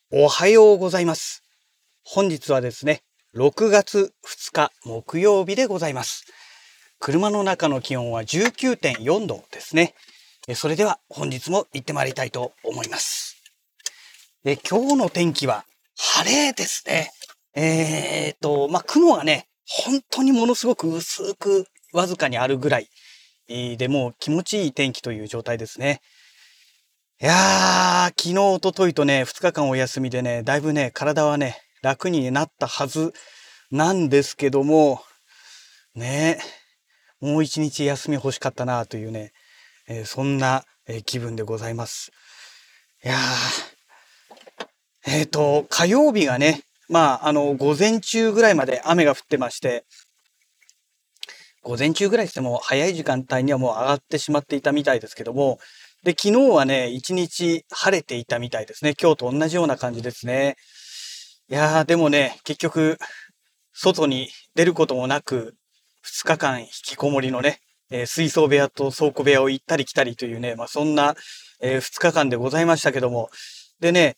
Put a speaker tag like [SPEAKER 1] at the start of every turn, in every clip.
[SPEAKER 1] おはようございます。本日はですね、6月2日木曜日でございます。車の中の気温は 19.4 度ですね。それでは本日も行ってまいりたいと思います。今日の天気は晴れですね。雲がね、本当にものすごく薄くわずかにあるぐらいでもう気持ちいい天気という状態ですね。いやー、昨日、一昨日とね、2日間お休みでね、だいぶね、体はね、楽になったはずなんですけども、ね、もう一日休み欲しかったなというね、そんな、気分でございます。いや火曜日がね、午前中ぐらいまで雨が降ってまして、午前中ぐらいしても早い時間帯にはもう上がってしまっていたみたいですけども、で、昨日はね、一日晴れていたみたいですね。今日と同じような感じですね。いやー、でもね、結局、外に出ることもなく、2日間引きこもりのね、水槽部屋と倉庫部屋を行ったり来たりというね、そんな、2日間でございましたけども。でね、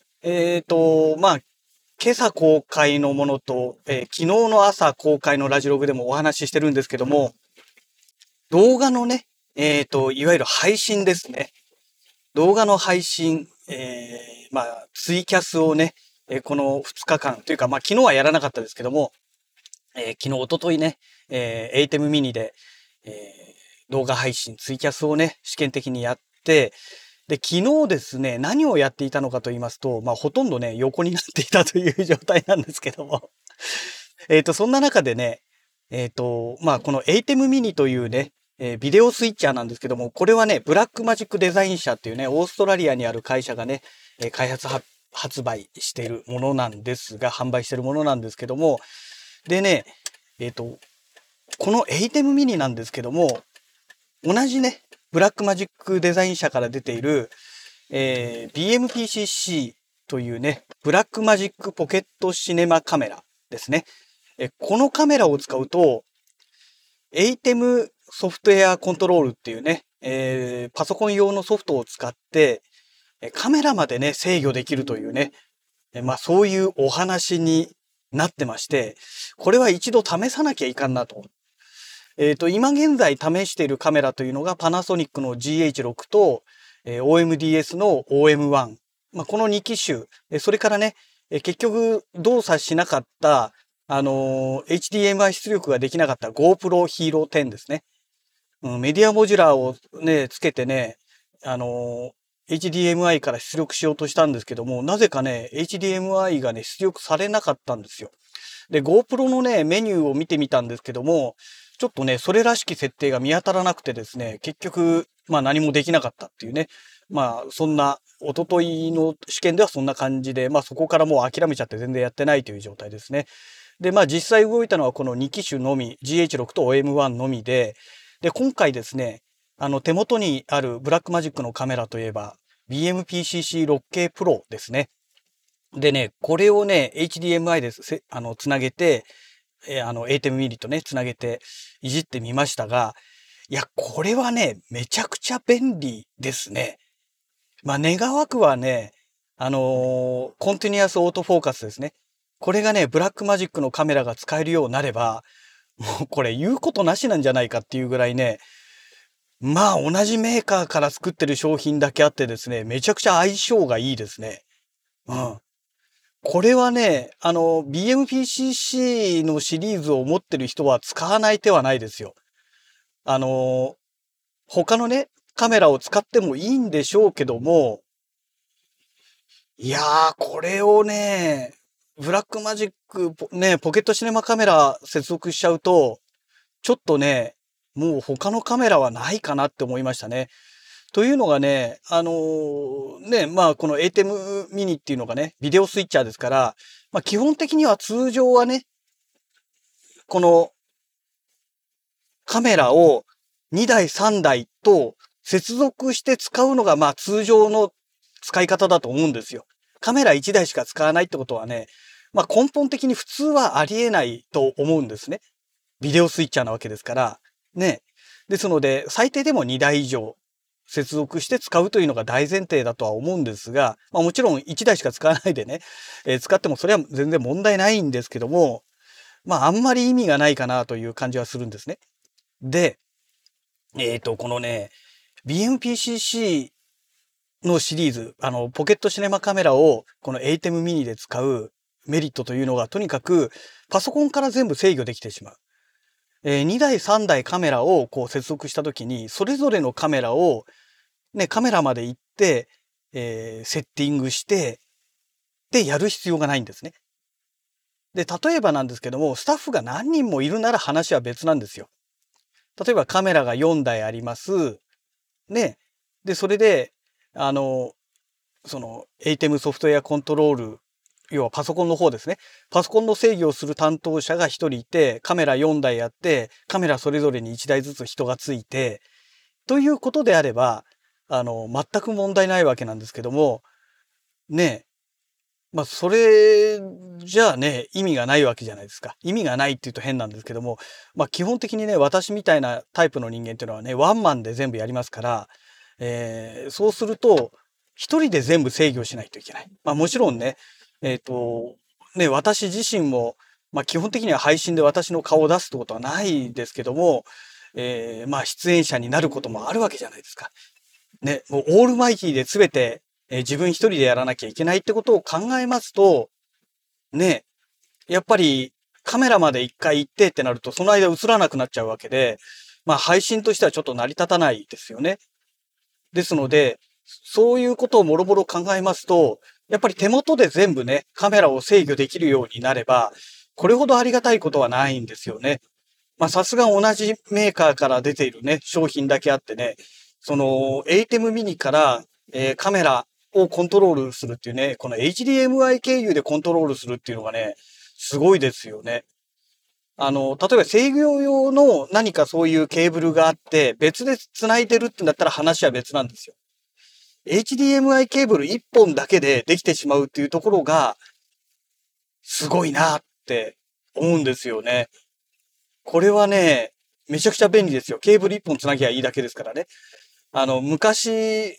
[SPEAKER 1] 今朝公開のものと、昨日の朝公開のラジログでもお話ししてるんですけども、動画のね、いわゆる配信ですね。動画の配信、ツイキャスをね、この2日間というか、昨日はやらなかったですけども、昨日、一昨日ね、エイテムミニで、動画配信、ツイキャスをね、試験的にやって、で、昨日ですね、何をやっていたのかと言いますと、ほとんどね、横になっていたという状態なんですけども。そんな中でね、このエイテムミニというね、ビデオスイッチャーなんですけども、これはね、ブラックマジックデザイン社っていうね、オーストラリアにある会社がね、開発発売しているものなんですが、販売しているものなんですけども、でね、このエイテムミニなんですけども、同じね、ブラックマジックデザイン社から出ている、BMPCC というね、ブラックマジックポケットシネマカメラですね。このカメラを使うと、エイテムソフトウェアコントロールっていうね、パソコン用のソフトを使って、カメラまでね、制御できるというね、そういうお話になってまして、これは一度試さなきゃいかんなと。今現在試しているカメラというのがパナソニックの GH6 と、OMDS の OM1。この2機種。それからね、結局動作しなかった、HDMI 出力ができなかった GoPro Hero 10ですね。メディアモジュラーをね、つけてね、HDMI から出力しようとしたんですけども、なぜかね、HDMI がね、出力されなかったんですよ。で、GoPro のね、メニューを見てみたんですけども、ちょっとね、それらしき設定が見当たらなくてですね、結局、何もできなかったっていうね。そんな、一昨日の試験ではそんな感じで、そこからもう諦めちゃって全然やってないという状態ですね。で、実際動いたのはこの2機種のみ、GH6 と OM1 のみで、で、今回ですね、手元にあるブラックマジックのカメラといえば、BMPCC6K Pro ですね。でね、これをね、HDMI でつなげて、ATEM ミリとね、つなげていじってみましたが、いや、これはね、めちゃくちゃ便利ですね。願わくはね、コンティニュアスオートフォーカスですね。これがね、ブラックマジックのカメラが使えるようになれば、もうこれ言うことなしなんじゃないかっていうぐらいね、同じメーカーから作ってる商品だけあってですね、めちゃくちゃ相性がいいですね。うん。これはね、BMPCC のシリーズを持ってる人は使わない手はないですよ。あの、他のね、カメラを使ってもいいんでしょうけども、いやー、これをね、ブラックマジック、ね、ポケットシネマカメラ接続しちゃうと、ちょっとね、もう他のカメラはないかなって思いましたね。というのがね、この ATEM ミニっていうのがね、ビデオスイッチャーですから、基本的には通常はね、このカメラを2台3台と接続して使うのが通常の使い方だと思うんですよ。カメラ1台しか使わないってことはね、根本的に普通はありえないと思うんですね。ビデオスイッチャーなわけですから。ね。ですので、最低でも2台以上接続して使うというのが大前提だとは思うんですが、まあもちろん1台しか使わないでね、使ってもそれは全然問題ないんですけども、まああんまり意味がないかなという感じはするんですね。で、このね、BMPCC のシリーズ、ポケットシネマカメラをこの ATEM ミニで使うメリットというのが、とにかくパソコンから全部制御できてしまう。2台3台カメラをこう接続したときに、それぞれのカメラをね、カメラまで行って、セッティングして、で、やる必要がないんですね。で、例えばなんですけども、スタッフが何人もいるなら話は別なんですよ。例えばカメラが4台あります。ね。で、それで、ATEM ソフトウェアコントロール、要はパソコンの方ですね。パソコンの制御をする担当者が1人いて、カメラ4台あって、カメラそれぞれに1台ずつ人がついて、ということであれば、全く問題ないわけなんですけども、ね、まあ、それじゃあね、意味がないわけじゃないですか。意味がないって言うと変なんですけども、まあ、基本的にね、私みたいなタイプの人間っていうのはね、ワンマンで全部やりますから、そうすると、一人で全部制御しないといけない。まあ、もちろんね、私自身も、まあ、基本的には配信で私の顔を出すってことはないですけども、まあ、出演者になることもあるわけじゃないですか。ね、もうオールマイティで全て、自分一人でやらなきゃいけないってことを考えますと、ね、やっぱりカメラまで一回行ってってなると、その間映らなくなっちゃうわけで、まあ配信としてはちょっと成り立たないですよね。ですので、そういうことをもろもろ考えますと、やっぱり手元で全部ね、カメラを制御できるようになれば、これほどありがたいことはないんですよね。まあさすが同じメーカーから出ているね、商品だけあってね、その ATEM ミニから、カメラをコントロールするっていうね、この HDMI 経由でコントロールするっていうのがね、すごいですよね。例えば制御用の何かそういうケーブルがあって、別で繋いでるってんだったら話は別なんですよ。HDMI ケーブル1本だけでできてしまうっていうところが、すごいなって思うんですよね。これはね、めちゃくちゃ便利ですよ。ケーブル1本繋ぎゃいいだけですからね。昔、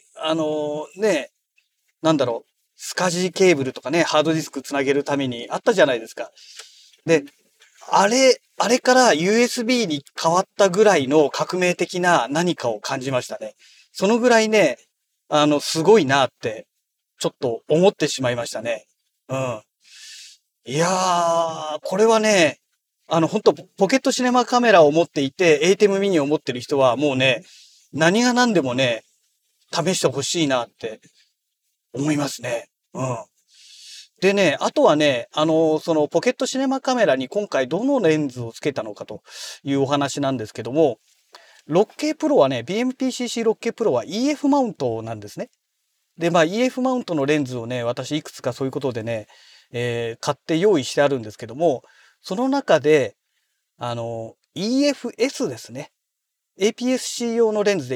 [SPEAKER 1] なんだろう、スカジーケーブルとかね、ハードディスク繋げるためにあったじゃないですか。で、あれから USB に変わったぐらいの革命的な何かを感じましたね。そのぐらいね、すごいなって、ちょっと思ってしまいましたね。うん。いやー、これはね、本当ポケットシネマカメラを持っていて、ATEM ミニを持ってる人はもうね、何が何でもね、試してほしいなって思いますね。うん。でね、あとはね、そのポケットシネマカメラに今回どのレンズをつけたのかというお話なんですけども、6K プロはね、BMPCC6K プロは EF マウントなんですね。で、まあ EF マウントのレンズをね、私いくつかそういうことでね、買って用意してあるんですけども、その中で、EFS ですね。APS-C 用のレンズで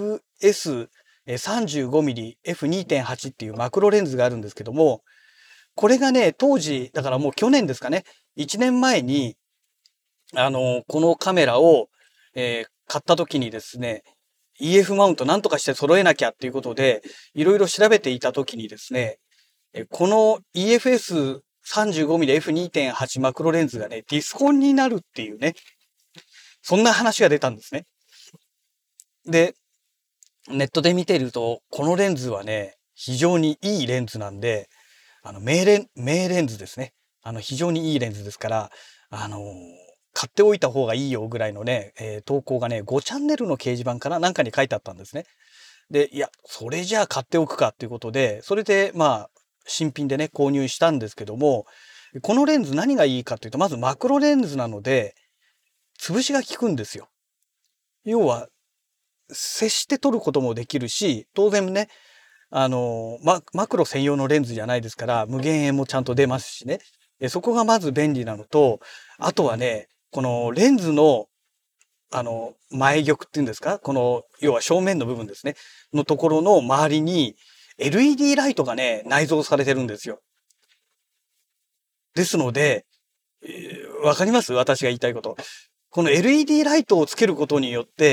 [SPEAKER 1] EFS35mm F2.8 っていうマクロレンズがあるんですけども、これがね、当時、だからもう去年ですかね、1年前に、このカメラを、買った時にですね、EF マウントなんとかして揃えなきゃっていうことで、いろいろ調べていた時にですね、この EFS35mm F2.8 マクロレンズがね、ディスコンになるっていうね、そんな話が出たんですね。で、ネットで見てると、このレンズはね、非常にいいレンズなんで、名レンズですね。非常にいいレンズですから、買っておいた方がいいよぐらいのね、投稿がね、5チャンネルの掲示板かななんかに書いてあったんですね。で、いや、それじゃあ買っておくかっていうことで、それで、まあ、新品でね、購入したんですけども、このレンズ何がいいかっていうと、まずマクロレンズなので、潰しが効くんですよ。要は、接して撮ることもできるし、当然ね、マクロ専用のレンズじゃないですから、無限遠もちゃんと出ますしね。そこがまず便利なのと、あとはね、このレンズの、前玉っていうんですかこの、要は正面の部分ですね。のところの周りに LED ライトがね、内蔵されてるんですよ。ですので、わかります私が言いたいこと。この LED ライトをつけることによって、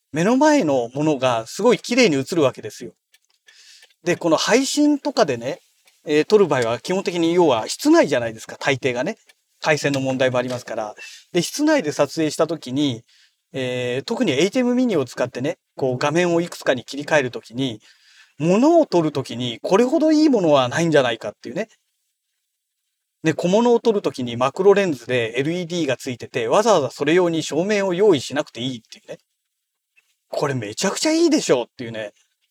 [SPEAKER 1] 目の前のものがすごい綺麗に映るわけですよ。で、この配信とかでね、撮る場合は基本的に要は室内じゃないですか、大抵がね。回線の問題もありますから。で、室内で撮影した時に、特に HM ミニを使ってね、こう画面をいくつかに切り替える時に、物を撮る時にこれほどいいものはないんじゃないかっていうね。で、小物を撮る時にマクロレンズで LED がついてて、わざわざそれ用に照明を用意しなくていいっていうね。これめちゃくちゃいいでしょっていうね。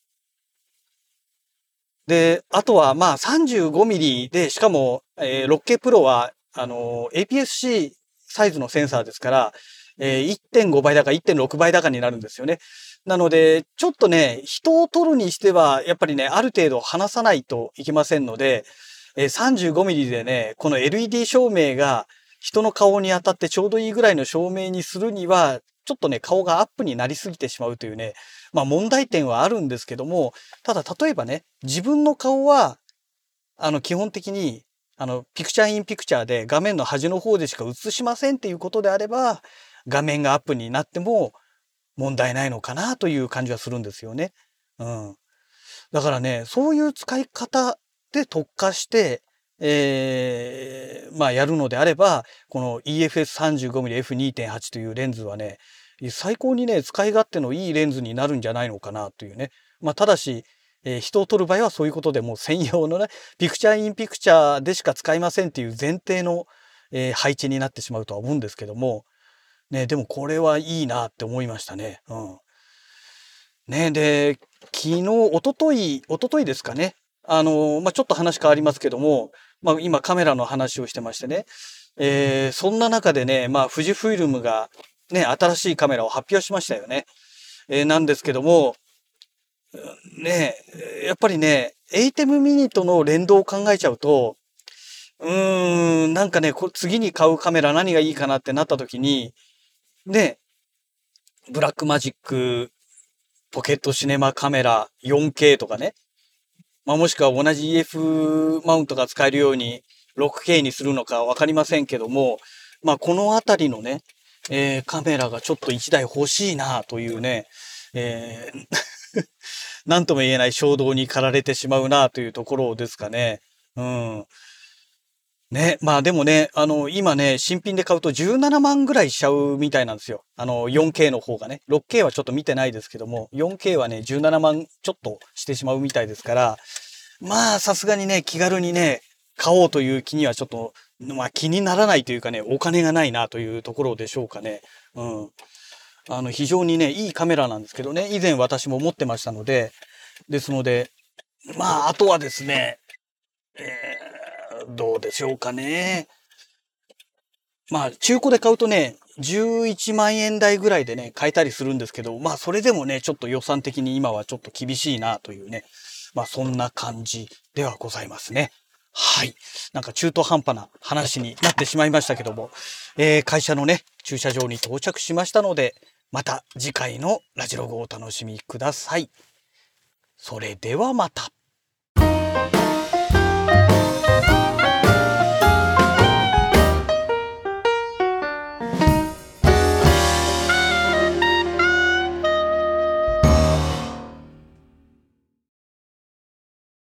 [SPEAKER 1] で、あとはまあ 35mm で、しかも、6K プロは、APS-C サイズのセンサーですから、1.5 倍だか1.6倍だかになるんですよね。なので、ちょっとね、人を撮るにしては、やっぱりね、ある程度離さないといけませんので、35mm でね、この LED 照明が人の顔に当たってちょうどいいぐらいの照明にするには、ちょっとね、顔がアップになりすぎてしまうというね、まあ問題点はあるんですけども、ただ例えばね、自分の顔は、基本的に、ピクチャーインピクチャーで画面の端の方でしか映しませんっていうことであれば、画面がアップになっても問題ないのかなという感じはするんですよね。うん。だからね、そういう使い方で特化して、まあやるのであれば、この EFS35mm F2.8 というレンズはね、最高にね、使い勝手のいいレンズになるんじゃないのかなというね。まあただし、人を撮る場合はそういうことでもう専用のね、ピクチャーインピクチャーでしか使いませんっていう前提の、配置になってしまうとは思うんですけども、ね、でもこれはいいなって思いましたね。うん。ね、で、昨日、一昨日ですかね。まあ、ちょっと話変わりますけども、まあ、今カメラの話をしてましてね。そんな中でね、まあ、富士フイルムがね、新しいカメラを発表しましたよね。なんですけども、ね、やっぱりね、ATEM ミニとの連動を考えちゃうと、なんかね、次に買うカメラ何がいいかなってなった時に、ね、ブラックマジックポケットシネマカメラ 4K とかね。まあ、もしくは同じ EF マウントが使えるように 6K にするのかわかりませんけども、まあ、このあたりのね、カメラがちょっと1台欲しいなというね、なんとも言えない衝動に駆られてしまうなというところですかね。うん。ね、まあでもね、今ね、新品で買うと17万ぐらいしちゃうみたいなんですよ。4K の方がね。6K はちょっと見てないですけども、4K はね、17万ちょっとしてしまうみたいですから、まあさすがにね、気軽にね、買おうという気にはちょっと、まあ気にならないというかね、お金がないなというところでしょうかね。うん。非常にね、いいカメラなんですけどね、以前私も持ってましたので、ですので、まああとはですね、どうでしょうかね。まあ、中古で買うとね、11万円台ぐらいでね、買えたりするんですけど、まあ、それでもね、ちょっと予算的に今はちょっと厳しいなというね、まあ、そんな感じではございますね。はい。なんか中途半端な話になってしまいましたけども、会社のね、駐車場に到着しましたので、また次回のラジログをお楽しみください。それではまた。